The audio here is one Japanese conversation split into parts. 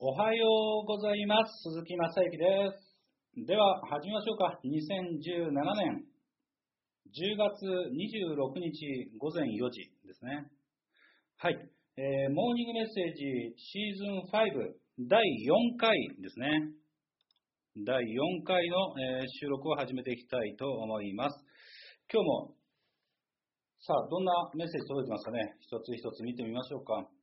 おはようございます。鈴木正幸です。では、始めましょうか。2017年10月26日午前4時ですね。はい。モーニングメッセージシーズン5第4回ですね。第4回の、収録を始めていきたいと思います。今日も、さあ、どんなメッセージ届いてますかね。一つ一つ見てみましょうか。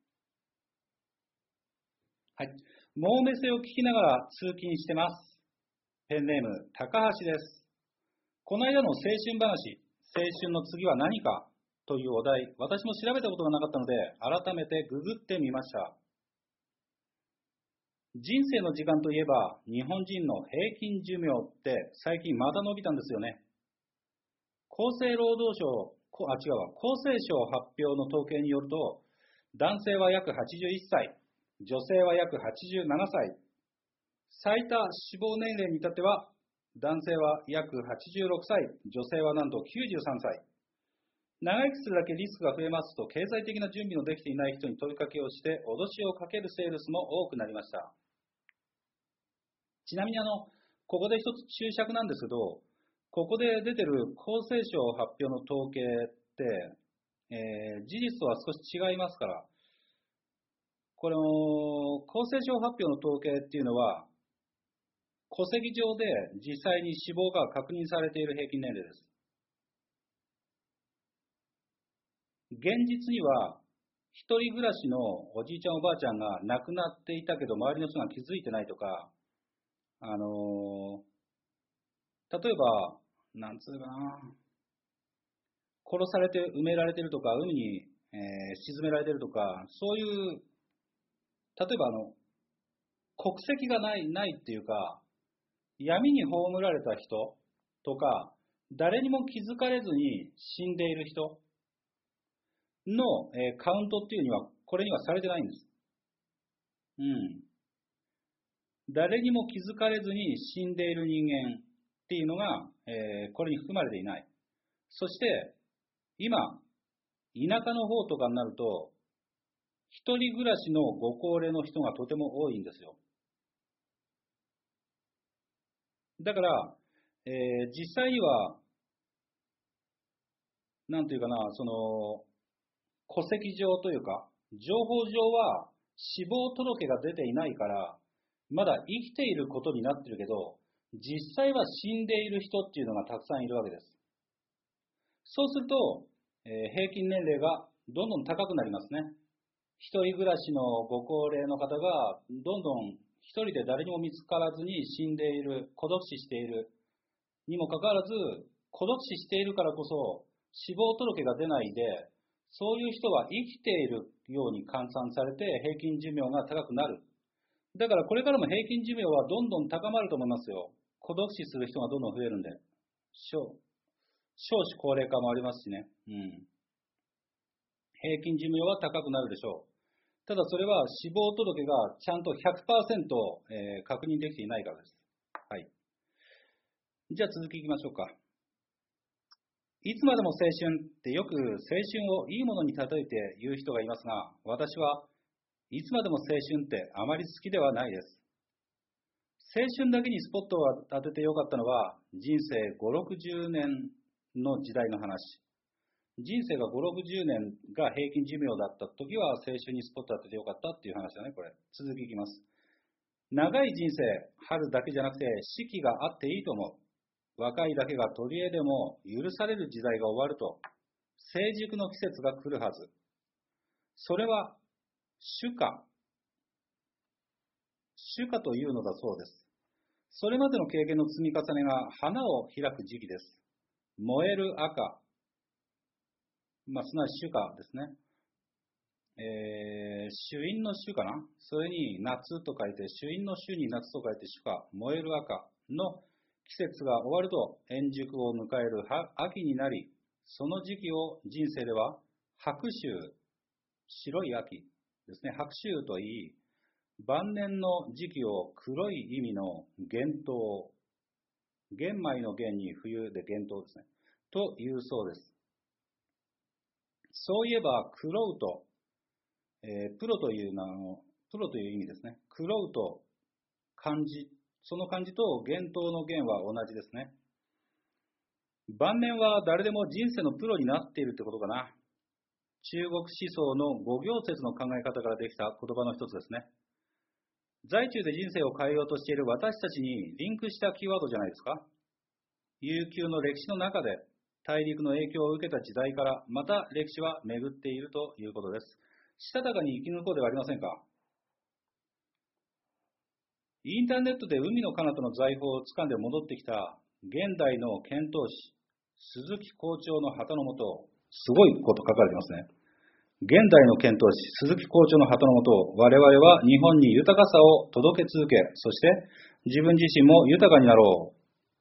はい。モーメセを聞きながら通勤してます。ペンネーム、高橋です。この間の青春話、青春の次は何かというお題、私も調べたことがなかったので、改めてググってみました。人生の時間といえば、日本人の平均寿命って最近また伸びたんですよね。厚生労働省、厚生省発表の統計によると、男性は約81歳、女性は約87歳、最多死亡年齢に至っては、男性は約86歳、女性はなんと93歳。長生きするだけリスクが増えますと、経済的な準備のできていない人に問いかけをして、脅しをかけるセールスも多くなりました。ちなみにここで一つ注釈なんですけど、ここで出てる厚生省発表の統計って、事実とは少し違いますから、この厚生省発表の統計っていうのは、戸籍上で実際に死亡が確認されている平均年齢です。現実には、一人暮らしのおじいちゃんおばあちゃんが亡くなっていたけど周りの人が気づいてないとか、例えば、なんつうかな、殺されて埋められてるとか、海に、沈められてるとか、そういう、例えば国籍がないっていうか、闇に葬られた人とか、誰にも気づかれずに死んでいる人の、カウントっていうには、これにはされてないんです。うん。誰にも気づかれずに死んでいる人間っていうのが、これに含まれていない。そして、今、田舎の方とかになると、一人暮らしのご高齢の人がとても多いんですよ。だから、実際には、なんというかな、戸籍上というか、情報上は死亡届が出ていないから、まだ生きていることになってるけど、実際は死んでいる人っていうのがたくさんいるわけです。そうすると、平均年齢がどんどん高くなりますね。一人暮らしのご高齢の方が、どんどん一人で誰にも見つからずに死んでいる、孤独死しているにもかかわらず、孤独死しているからこそ、死亡届が出ないで、そういう人は生きているように換算されて平均寿命が高くなる。だからこれからも平均寿命はどんどん高まると思いますよ。孤独死する人がどんどん増えるんで。少子高齢化もありますしね。うん。平均寿命は高くなるでしょう。ただそれは死亡届がちゃんと100%、確認できていないからです。はい。じゃあ続きいきましょうか。いつまでも青春ってよく青春をいいものに例えて言う人がいますが、私はいつまでも青春ってあまり好きではないです。青春だけにスポットを当ててよかったのは人生5、60年の時代の話。人生が5、60年が平均寿命だった時は青春にスポットを当ててよかったっていう話だね、これ。続きいきます。長い人生、春だけじゃなくて四季があっていいと思う。若いだけが取り柄でも許される時代が終わると、成熟の季節が来るはず。それは、主夏というのだそうです。それまでの経験の積み重ねが花を開く時期です。燃える赤、すなわち主夏ですね。朱印の朱かな、それに夏と書いて、朱印の朱に夏と書いて主夏、燃える赤の季節が終わると円熟を迎える秋になり、その時期を人生では白秋、白い秋ですね、白秋といい、晩年の時期を黒い意味の厳冬、玄米の玄に冬で厳冬ですね、というそうです。そういえば、黒うと、プロという名のプロという意味ですね。クロウと漢字、その漢字と幻冬の幻は同じですね。晩年は誰でも人生のプロになっているってことかな。中国思想の五行説の考え方からできた言葉の一つですね。在中で人生を変えようとしている私たちにリンクしたキーワードじゃないですか。悠久の歴史の中で大陸の影響を受けた時代からまた歴史は巡っているということです。したたかに生き抜こうではありませんか。インターネットで海の彼方の財宝を掴んで戻ってきた現代の遣唐使、鈴木校長の旗のもと、すごいこと書かれてますね。現代の遣唐使、鈴木校長の旗のもと、我々は日本に豊かさを届け続け、そして自分自身も豊かになろう。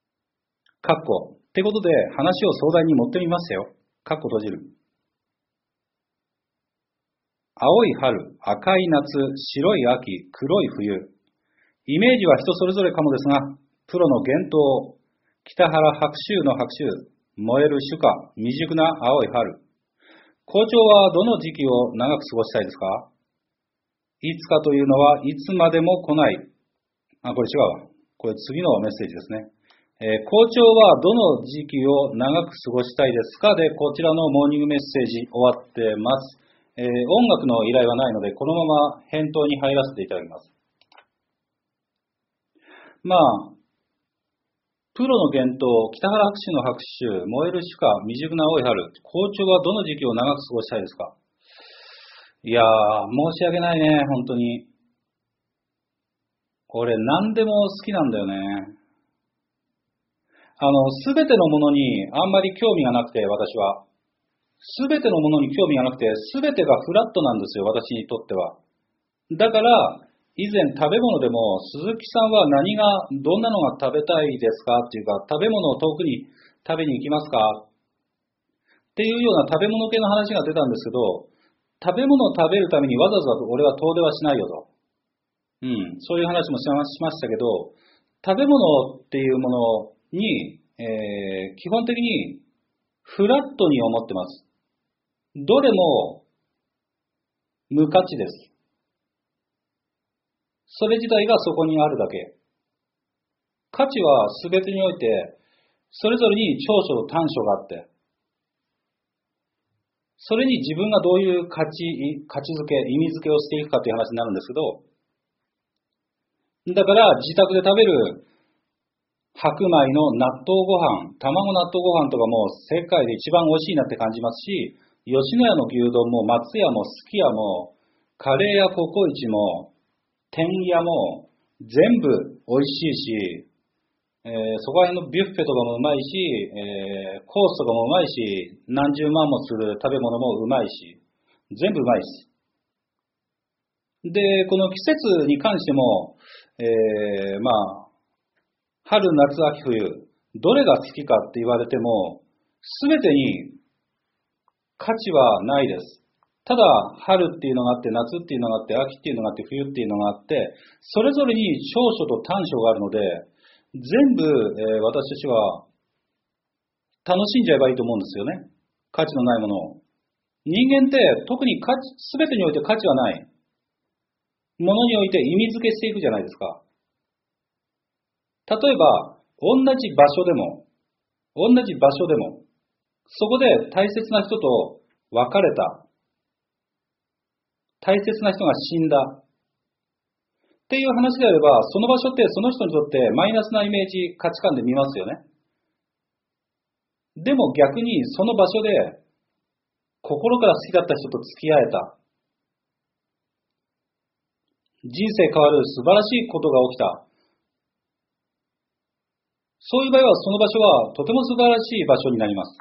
ってことで話を壮大に持ってみましたよ。閉じる。青い春、赤い夏、白い秋、黒い冬。イメージは人それぞれかもですが、プロの幻冬、北原白秋の白秋、燃える朱夏、未熟な青い春。校長はどの時期を長く過ごしたいですか？いつかというのはいつまでも来ない。これ違うわ。これ次のメッセージですね。校長はどの時期を長く過ごしたいですかで、こちらのモーニングメッセージ終わってます。音楽の依頼はないので、このまま返答に入らせていただきます。プロの幻冬、北原白秋の白秋、燃える朱夏、未熟な青い春。校長はどの時期を長く過ごしたいですか？いやー、申し訳ないね、本当に。俺、何でも好きなんだよね。すべてのものにあんまり興味がなくて、私は。すべてのものに興味がなくて、すべてがフラットなんですよ、私にとっては。だから、以前食べ物でも、鈴木さんはどんなのが食べたいですかっていうか、食べ物を遠くに食べに行きますかっていうような食べ物系の話が出たんですけど、食べ物を食べるためにわざわざ俺は遠出はしないよと。そういう話もしましたけど、食べ物っていうものに、基本的にフラットに思ってます。どれも無価値です。それ自体がそこにあるだけ。価値は全てにおいて、それぞれに長所と短所があって、それに自分がどういう価値づけ、意味づけをしていくかという話になるんですけど、だから自宅で食べる白米の納豆ご飯、卵納豆ご飯とかも世界で一番美味しいなって感じますし、吉野家の牛丼も松屋もすき家もカレーやココイチも天屋も全部美味しいし、そこら辺のビュッフェとかもうまいし、コースとかもうまいし、何十万もする食べ物もうまいし、全部うまいです。で、この季節に関しても、春、夏、秋、冬、どれが好きかって言われても、すべてに価値はないです。ただ、春っていうのがあって、夏っていうのがあって、秋っていうのがあって、冬っていうのがあって、それぞれに長所と短所があるので、全部、私たちは楽しんじゃえばいいと思うんですよね。価値のないものを。人間って特にすべてにおいて価値はない。ものにおいて意味付けしていくじゃないですか。例えば、同じ場所でも、そこで大切な人と別れた。大切な人が死んだ。っていう話であれば、その場所ってその人にとってマイナスなイメージ、価値観で見ますよね。でも逆にその場所で心から好きだった人と付き合えた。人生変わる素晴らしいことが起きた。そういう場合はその場所はとても素晴らしい場所になります。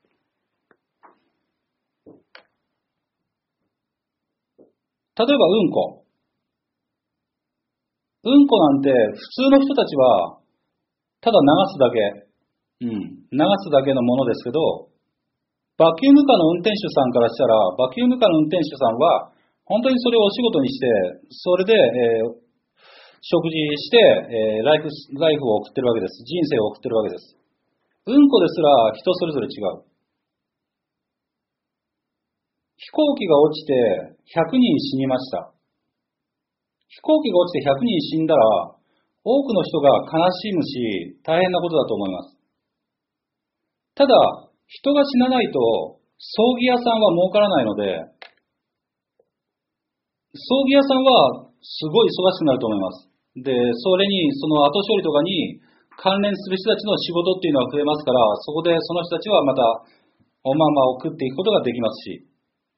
例えばうんこ。うんこなんて普通の人たちはただ流すだけ。流すだけのものですけど、バキュームカーの運転手さんからしたら、バキュームカーの運転手さんは本当にそれをお仕事にして、それで、食事して、ライフを送ってるわけです。人生を送ってるわけです。うんこですら人それぞれ違う。飛行機が落ちて100人死にました。 飛行機が落ちて100人死んだら、多くの人が悲しむし、大変なことだと思います。ただ、人が死なないと、葬儀屋さんは儲からないので、葬儀屋さんはすごい忙しくなると思います。で、それに、その後処理とかに関連する人たちの仕事っていうのは増えますから、そこでその人たちはまたおままを食っていくことができますし、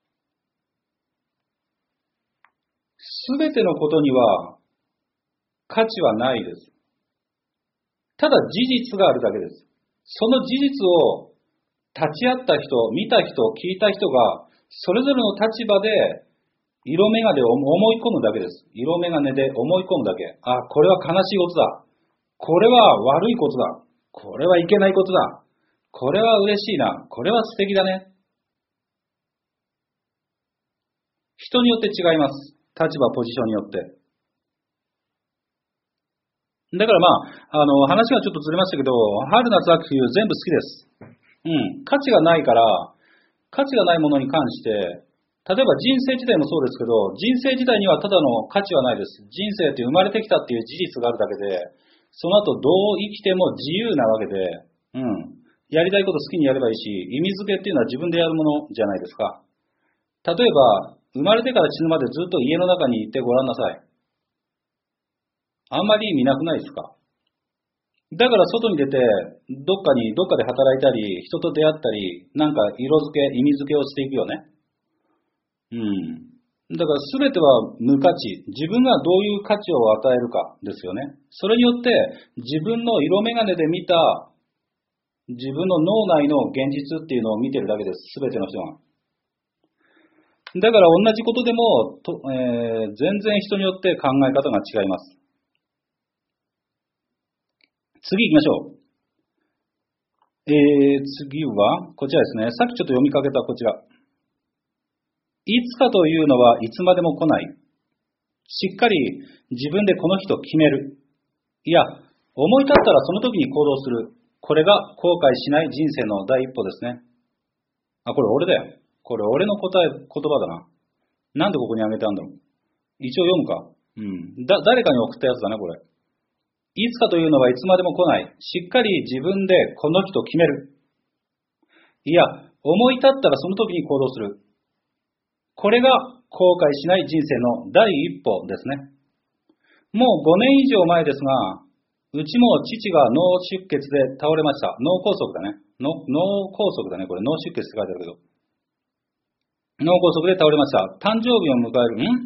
すべてのことには価値はないです。ただ事実があるだけです。その事実を立ち会った人、見た人、聞いた人が、それぞれの立場で色眼鏡で思い込むだけです。色眼鏡で思い込むだけ。あ、これは悲しいことだ。これは悪いことだ。これはいけないことだ。これは嬉しいな。これは素敵だね。人によって違います。立場、ポジションによって。だから話がちょっとずれましたけど、春夏秋冬全部好きです。価値がないから、価値がないものに関して、例えば人生自体もそうですけど、人生自体にはただの価値はないです。人生って生まれてきたっていう事実があるだけで、その後どう生きても自由なわけで、やりたいこと好きにやればいいし、意味付けっていうのは自分でやるものじゃないですか。例えば、生まれてから死ぬまでずっと家の中にいてごらんなさい。あんまり意味なくないですか？だから外に出て、どっかで働いたり、人と出会ったり、なんか色付け、意味付けをしていくよね。だから全ては無価値。自分がどういう価値を与えるかですよね。それによって自分の色眼鏡で見た自分の脳内の現実っていうのを見てるだけです。全ての人が。だから同じことでも全然人によって考え方が違います。次行きましょう。次はこちらですね。さっきちょっと読みかけたこちら。いつかというのはいつまでも来ない。しっかり自分でこの日と決める。いや、思い立ったらその時に行動する。これが後悔しない人生の第一歩ですね。あ、これ俺だよ。これ俺の言葉だな。なんでここにあげてあんだろう。一応読むか。誰かに送ったやつだね、これ。いつかというのはいつまでも来ない。しっかり自分でこの日と決める。いや、思い立ったらその時に行動する。これが後悔しない人生の第一歩ですね。もう5年以上前ですが、うちも父が脳出血で倒れました。脳梗塞だね。脳梗塞だね。これ脳出血って書いてあるけど。脳梗塞で倒れました。誕生日を迎える。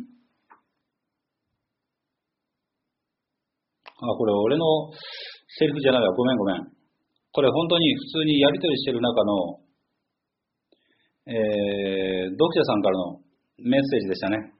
これ俺のセリフじゃないわ。ごめん。これ本当に普通にやり取りしてる中の、読者さんからのメッセージでしたね。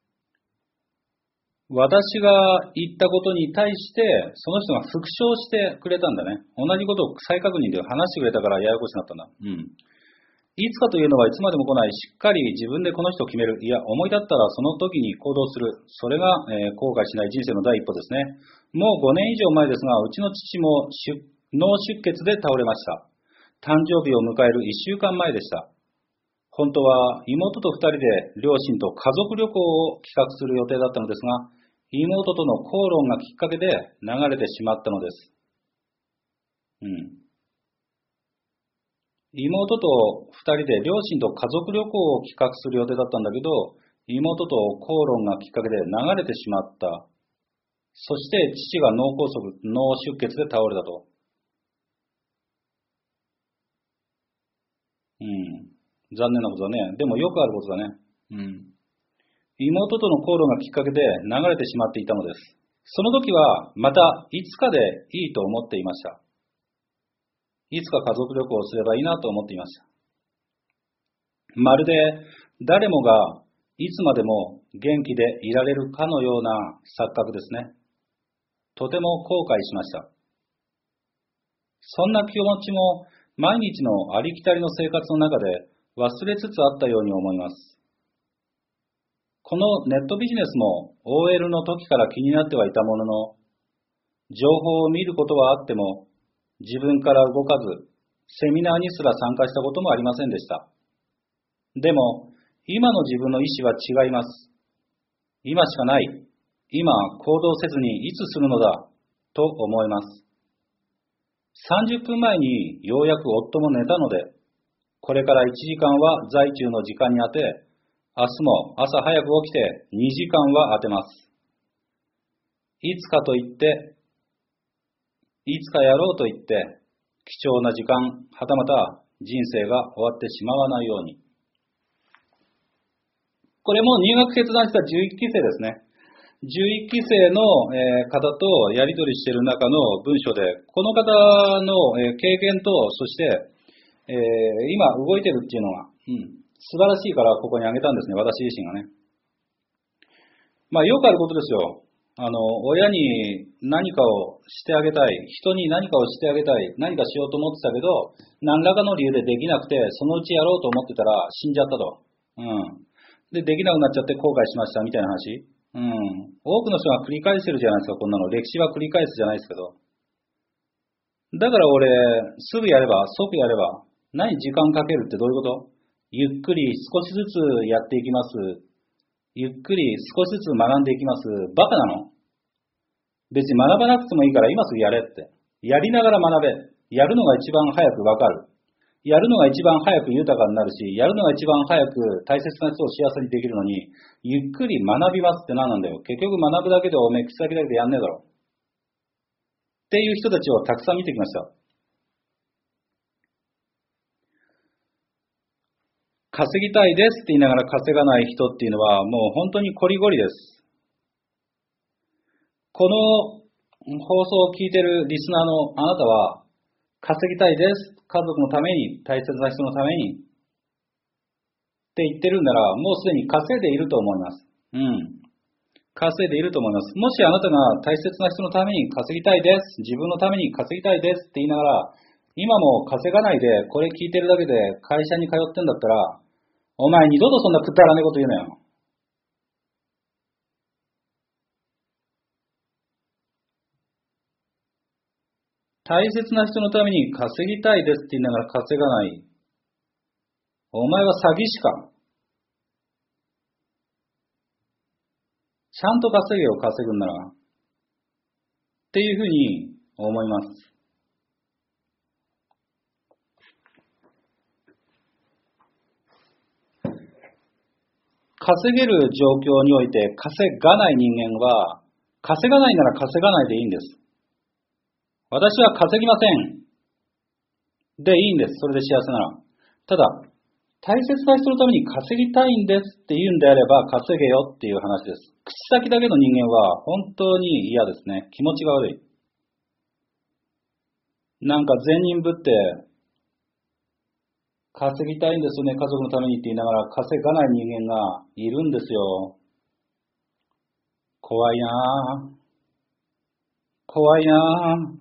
私が言ったことに対して、その人が復唱してくれたんだね。同じことを再確認で話してくれたからややこしくなったんだ。いつかというのはいつまでも来ない。しっかり自分でこの人を決める。いや、思い立ったらその時に行動する。それが、後悔しない人生の第一歩ですね。もう5年以上前ですが、うちの父も脳出血で倒れました。誕生日を迎える1週間前でした。本当は妹と2人で両親と家族旅行を企画する予定だったのですが、妹との口論がきっかけで流れてしまったのです。妹と2人で両親と家族旅行を企画する予定だったんだけど、妹と口論がきっかけで流れてしまった。そして父が脳出血で倒れたと。残念なことだね。でもよくあることだね。妹との口論がきっかけで流れてしまっていたのです。その時はまたいつかでいいと思っていました。いつか家族旅行をすればいいなと思っていました。まるで誰もがいつまでも元気でいられるかのような錯覚ですね。とても後悔しました。そんな気持ちも毎日のありきたりの生活の中で忘れつつあったように思います。このネットビジネスも OL の時から気になってはいたものの、情報を見ることはあっても、自分から動かず、セミナーにすら参加したこともありませんでした。でも、今の自分の意思は違います。今しかない。 今行動せずにいつするのだと思います。30分前にようやく夫も寝たので、これから1時間は在中の時間に当て、明日も朝早く起きて2時間は当てます。いつかやろうと言って、貴重な時間、はたまた人生が終わってしまわないように。これも入学決断した11期生ですね。11期生の方とやり取りしている中の文章で、この方の経験と、そして、今動いてるっていうのが、素晴らしいからここに挙げたんですね、私自身がね。よくあることですよ。親に何かをしてあげたい、人に何かをしてあげたい、何かしようと思ってたけど、何らかの理由でできなくて、そのうちやろうと思ってたら死んじゃったと。できなくなっちゃって後悔しましたみたいな話。多くの人が繰り返してるじゃないですか、こんなの。歴史は繰り返すじゃないですけど。だから俺、すぐやれば、即やれば、何時間かけるってどういうこと？ゆっくり少しずつやっていきます。ゆっくり少しずつ学んでいきます。バカなの？別に学ばなくてもいいから今すぐやれって。やりながら学べ。やるのが一番早くわかる。やるのが一番早く豊かになるし、やるのが一番早く大切な人を幸せにできるのに、ゆっくり学びますって何なんだよ。結局学ぶだけでおめえ口先だけでやんねえだろ。っていう人たちをたくさん見てきました。稼ぎたいですって言いながら稼がない人っていうのはもう本当にコリゴリです。この放送を聞いているリスナーのあなたは、稼ぎたいです。家族のために、大切な人のためにって言ってるんなら、もうすでに稼いでいると思います。稼いでいると思います。もしあなたが大切な人のために稼ぎたいです。自分のために稼ぎたいですって言いながら、今も稼がないで、これ聞いてるだけで会社に通ってんだったら、お前二度とそんなくだらねえこと言うなよ。大切な人のために稼ぎたいですって言いながら稼がない。お前は詐欺師か。ちゃんと稼げよ、稼ぐんなら。っていうふうに思います。稼げる状況において稼がない人間は、稼がないなら稼がないでいいんです。私は稼ぎません。でいいんです。それで幸せなら。ただ、大切な人のために稼ぎたいんですって言うんであれば稼げよっていう話です。口先だけの人間は本当に嫌ですね。気持ちが悪い。なんか善人ぶって稼ぎたいんですよね、家族のためにって言いながら稼がない人間がいるんですよ。怖いなぁ。怖いなぁ。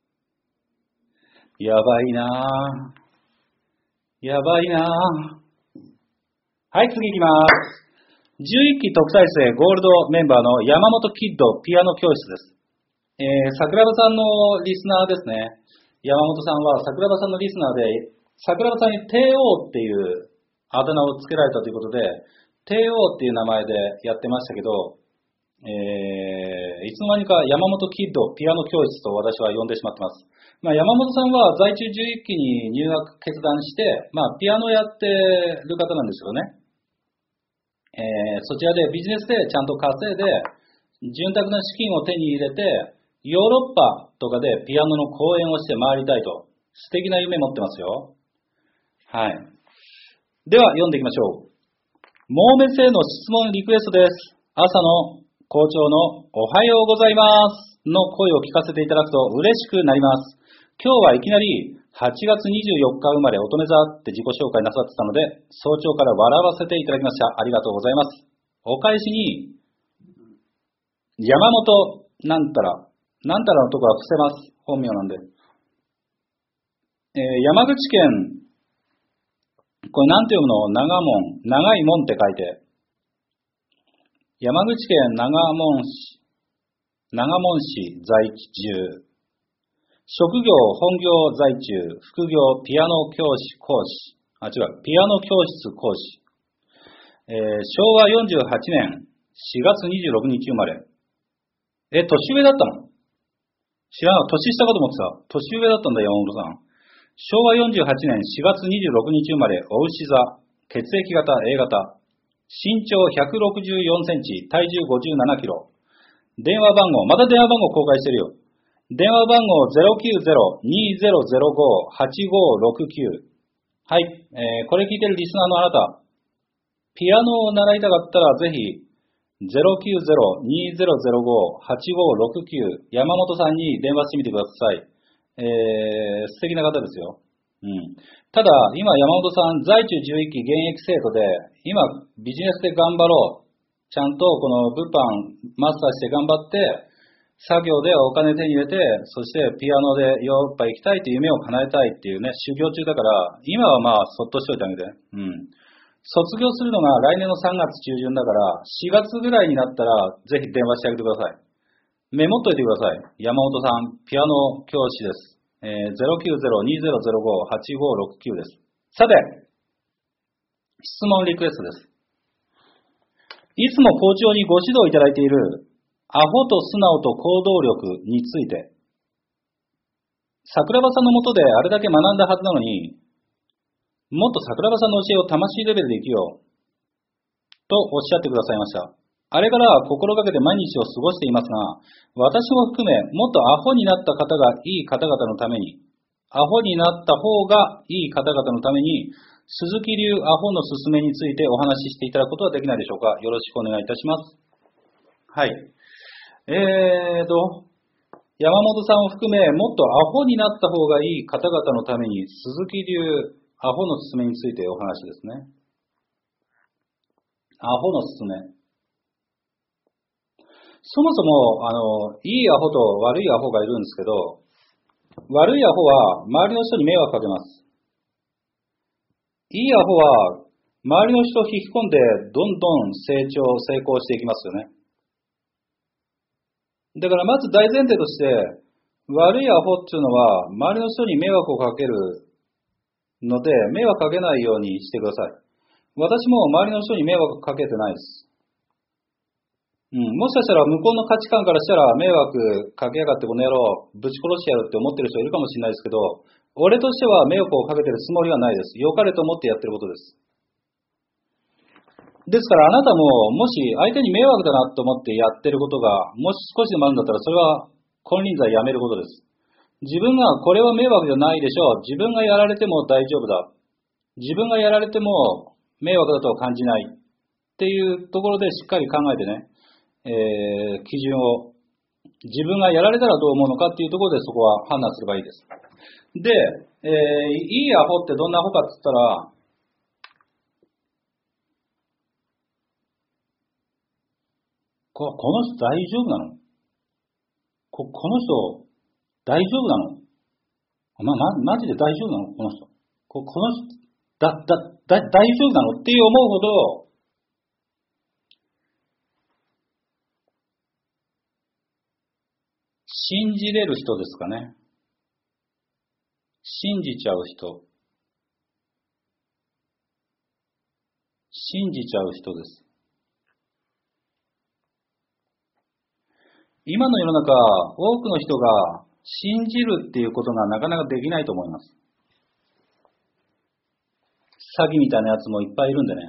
やばいなぁ。やばいなぁ。はい、次行きます。11期特待生ゴールドメンバーの山本キッドピアノ教室です。桜庭さんのリスナーですね。山本さんは桜庭さんのリスナーで、桜庭さんに帝王っていうあだ名をつけられたということで、帝王っていう名前でやってましたけど、いつの間にか山本キッドピアノ教室と私は呼んでしまってます。山本さんは在中11期に入学決断して、ピアノやってる方なんですよね。そちらでビジネスでちゃんと稼いで、潤沢な資金を手に入れて、ヨーロッパとかでピアノの講演をして回りたいと、素敵な夢持ってますよ。はい。では、読んでいきましょう。モーメスへの質問リクエストです。朝の校長のおはようございますの声を聞かせていただくと嬉しくなります。今日はいきなり8月24日生まれ乙女座って自己紹介なさってたので、早朝から笑わせていただきました。ありがとうございます。お返しに、山本なんたらのとこは伏せます。本名なんで。山口県、これなんて読むの？長い門って書いて。山口県長門市在住。職業、本業在中、副業、ピアノ教師講師。ピアノ教室講師。昭和48年4月26日生まれ。 年上だったの？知らなかった。年下かと思ってた。年上だったんだ、山本さん。昭和48年4月26日生まれ、お牛座、血液型 A 型、身長164センチ、体重57キロ。電話番号、また電話番号公開してるよ。電話番号090-2005-8569。はい、これ聞いてるリスナーのあなた、ピアノを習いたかったらぜひ、090-2005-8569山本さんに電話してみてください。素敵な方ですよ。ただ、今山本さん、在中11期現役生徒で、今ビジネスで頑張ろう。ちゃんとこの物販マスターして頑張って、作業でお金手に入れて、そしてピアノでヨーロッパ行きたいという夢を叶えたいっていうね、修行中だから、今はまあそっとしといてあげて。卒業するのが来年の3月中旬だから、4月ぐらいになったら、ぜひ電話してあげてください。メモっといてください。山本さん、ピアノ教師です。090-2005-8569です。さて、質問リクエストです。いつも校長にご指導いただいている、アホと素直と行動力について、桜庭さんのもとであれだけ学んだはずなのに、もっと桜庭さんの教えを魂レベルで生きよう、とおっしゃってくださいました。あれから心がけて毎日を過ごしていますが、私も含め、もっとアホになった方がいい方々のために、アホになった方がいい方々のために、鈴木流アホのすすめについてお話ししていただくことはできないでしょうか。よろしくお願いいたします。はい。山本さんを含め、もっとアホになった方がいい方々のために、鈴木流アホのすすめについてお話ですね。アホのすすめ。そもそも、いいアホと悪いアホがいるんですけど、悪いアホは周りの人に迷惑かけます。いいアホは周りの人を引き込んでどんどん成功していきますよね。だからまず大前提として、悪いアホっていうのは周りの人に迷惑をかけるので、迷惑かけないようにしてください。私も周りの人に迷惑かけてないです。もしかしたら向こうの価値観からしたら迷惑かけやがってこの野郎ぶち殺してやるって思ってる人いるかもしれないですけど、俺としては迷惑をかけてるつもりはないです。良かれと思ってやってることです。ですからあなたももし相手に迷惑だなと思ってやってることがもし少しでもあるんだったら、それは金輪際やめることです。自分がこれは迷惑じゃないでしょう。自分がやられても大丈夫だ。自分がやられても迷惑だとは感じないっていうところでしっかり考えてね、基準を、自分がやられたらどう思うのかっていうところでそこは判断すればいいです。で、いいアホってどんなアホかって言ったら、この人大丈夫なの？この人大丈夫なの？マジで大丈夫なの？この人。この人、大丈夫なのっていう思うほど、信じれる人ですかね。信じちゃう人。信じちゃう人です。今の世の中、多くの人が信じるっていうことがなかなかできないと思います。詐欺みたいなやつもいっぱいいるんでね。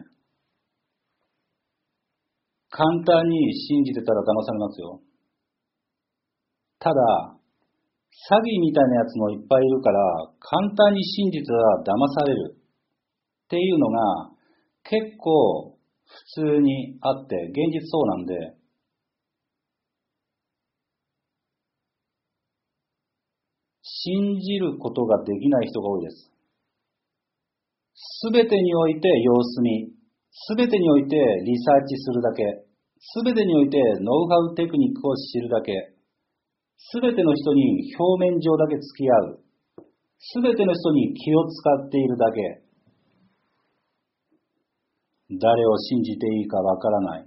簡単に信じてたら騙されますよ。ただ、詐欺みたいなやつもいっぱいいるから、簡単に信じてたら騙されるっていうのが結構普通にあって、現実そうなんで、信じることができない人が多いです。すべてにおいて様子見、すべてにおいてリサーチするだけ、すべてにおいてノウハウテクニックを知るだけ、すべての人に表面上だけ付き合う、すべての人に気を使っているだけ、誰を信じていいかわからない。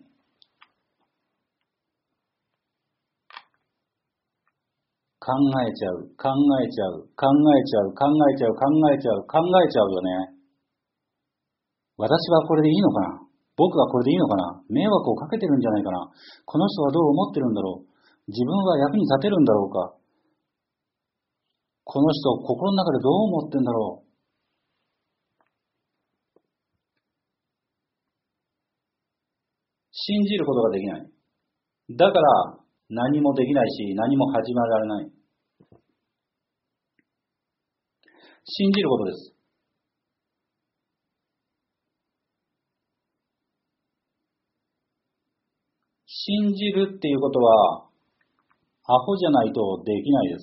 考えちゃうよね。私はこれでいいのかな？僕はこれでいいのかな？迷惑をかけてるんじゃないかな？この人はどう思ってるんだろう？ 自分は役に立てるんだろうか。この人、心の中でどう思ってんだろう。信じることができない。だから何もできないし、何も始められない。信じることです。信じるっていうことは、アホじゃないとできないです。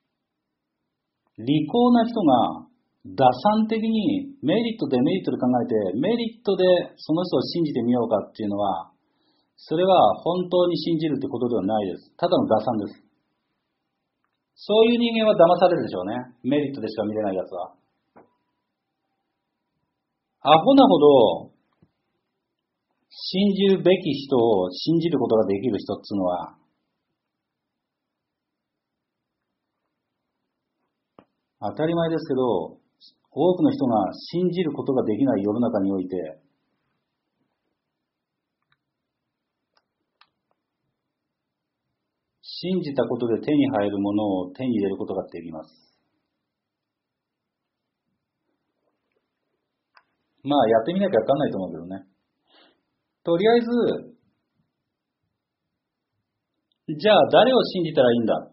利口な人が打算的にメリットデメリットで考えて、メリットでその人を信じてみようかっていうのは、それは本当に信じるってことではないです。ただの打算です。そういう人間は騙されるでしょうね。メリットでしか見れないやつは。アホなほど信じるべき人を信じることができる人っていうのは、当たり前ですけど、多くの人が信じることができない世の中において、信じたことで手に入るものを手に入れることができます。まあやってみなきゃわかんないと思うけどね。とりあえず、じゃあ誰を信じたらいいんだ、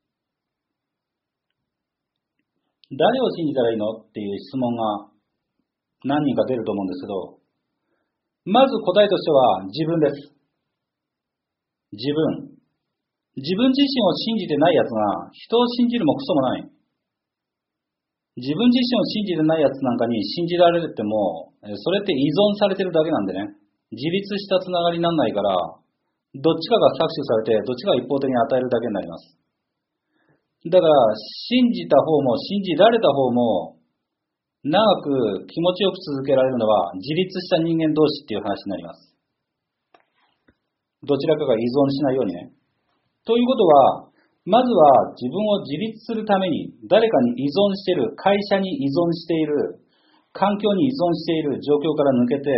誰を信じたらいいのっていう質問が何人か出ると思うんですけど、まず答えとしては自分です。自分。自分自身を信じてないやつが人を信じるもクソもない。自分自身を信じてないやつなんかに信じられても、それって依存されてるだけなんでね。自立したつながりにならないから、どっちかが搾取されて、どっちかが一方的に与えるだけになります。だから、信じた方も信じられた方も、長く気持ちよく続けられるのは自立した人間同士っていう話になります。どちらかが依存しないようにね。ということは、まずは自分を自立するために誰かに依存している、会社に依存している、環境に依存している状況から抜けて、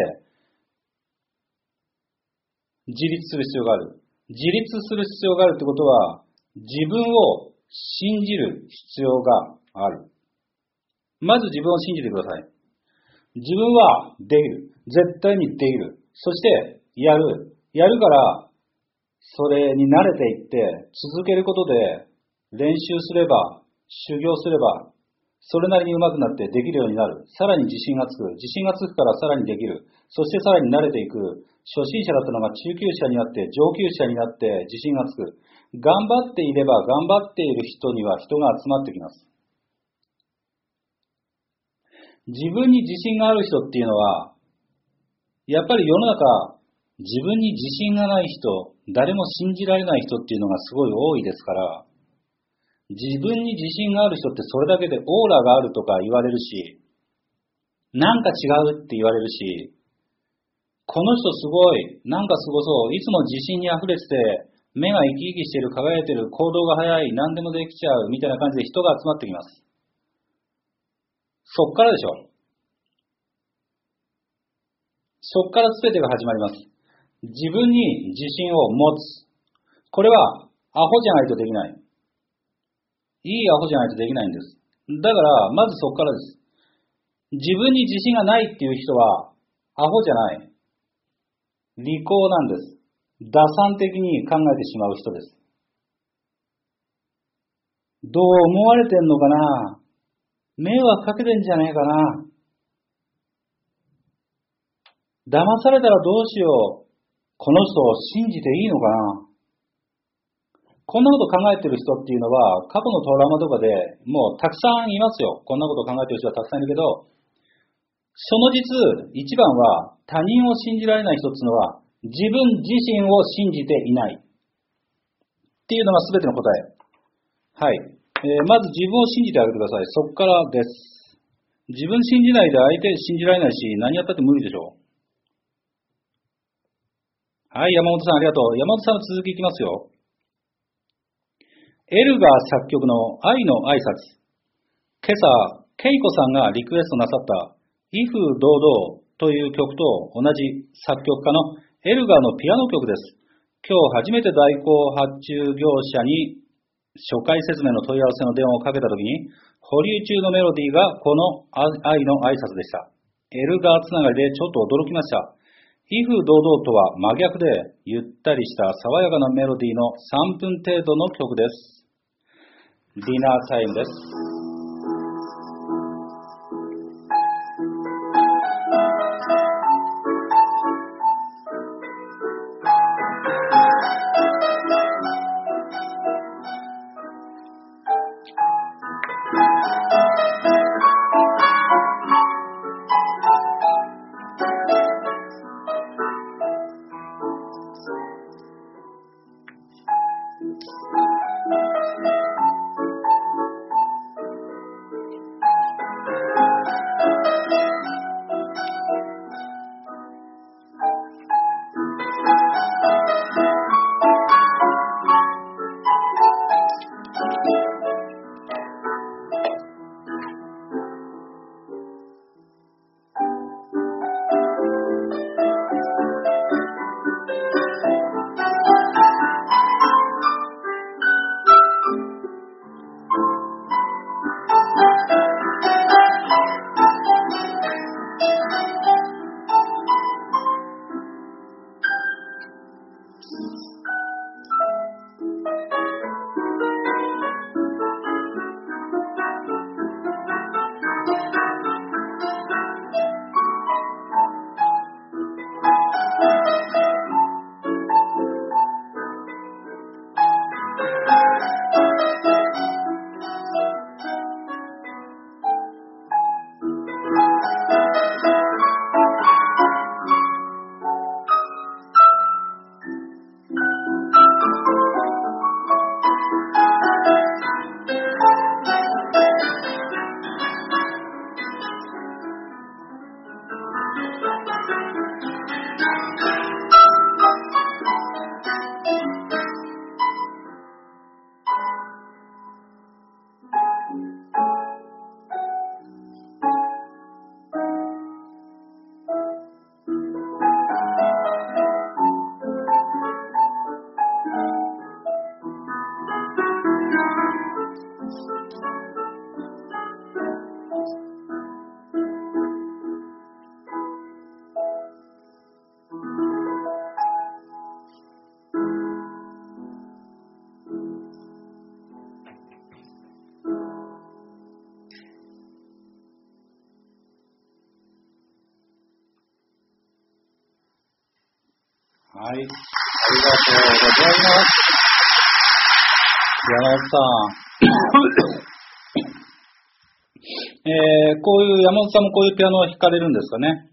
自立する必要がある。自立する必要があるってことは、自分を信じる必要がある。まず自分を信じてください。自分はできる。絶対にできる。そしてやる。やるから、それに慣れていって、続けることで練習すれば、修行すれば、それなりに上手くなってできるようになる。さらに自信がつく。自信がつくからさらにできる。そしてさらに慣れていく。初心者だったのが中級者になって、上級者になって自信がつく。頑張っていれば頑張っている人には人が集まってきます。自分に自信がある人っていうのは、やっぱり世の中、自分に自信がない人、誰も信じられない人っていうのがすごい多いですから、自分に自信がある人ってそれだけでオーラがあるとか言われるし、なんか違うって言われるし、この人すごい、なんかすごそう、いつも自信に溢れてて、目が生き生きしてる、輝いてる、行動が早い、何でもできちゃうみたいな感じで人が集まってきます。そっからでしょ。そっから全てが始まります。自分に自信を持つ。これはアホじゃないとできない。いいアホじゃないとできないんです。だから、まずそこからです。自分に自信がないっていう人は、アホじゃない。利口なんです。打算的に考えてしまう人です。どう思われてんのかな？迷惑かけてんじゃねえかな？騙されたらどうしよう？この人を信じていいのかな？こんなこと考えてる人っていうのは、過去のトラウマとかでもうたくさんいますよ。こんなこと考えてる人はたくさんいるけど、その実、一番は他人を信じられない人っていうのは、自分自身を信じていないっていうのが全ての答え。はい。まず自分を信じてあげてください。そこからです。自分信じないで相手信じられないし、何やったって無理でしょう。はい、山本さんありがとう。山本さんの続きいきますよ。エルガー作曲の愛の挨拶。今朝、ケイコさんがリクエストなさった威風堂々という曲と同じ作曲家のエルガーのピアノ曲です。 今日初めて代行発注業者に初回説明の問い合わせの電話をかけたときに、保留中のメロディーがこの愛の挨拶でした。エルガーつながりでちょっと驚きました。威風堂々とは真逆で、ゆったりした爽やかなメロディーの3分程度の曲です。ディナータイムです。はい、ありがとうございます。山本さん、こういう山本さんもこういうピアノを弾かれるんですかね。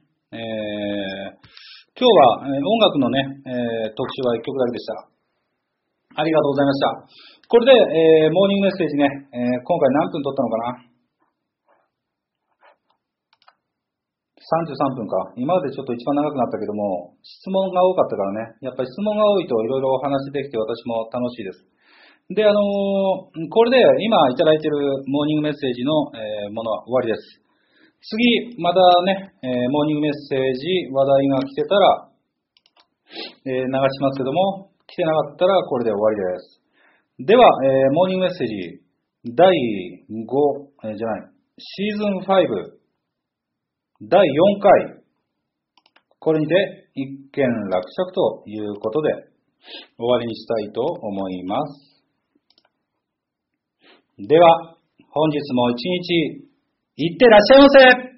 今日は音楽のね、特集は1曲だけでした。ありがとうございました。これで、モーニングメッセージね、今回何分取ったのかな。33分か。今までちょっと一番長くなったけども、質問が多かったからね。やっぱり質問が多いといろいろお話できて私も楽しいです。で、これで今いただいているモーニングメッセージの、ものは終わりです。次、またね、モーニングメッセージ話題が来てたら、流しますけども、来てなかったらこれで終わりです。では、モーニングメッセージ第5、じゃない、シーズン5、第4回、これにて一件落着ということで終わりにしたいと思います。では、本日も一日いってらっしゃいませ。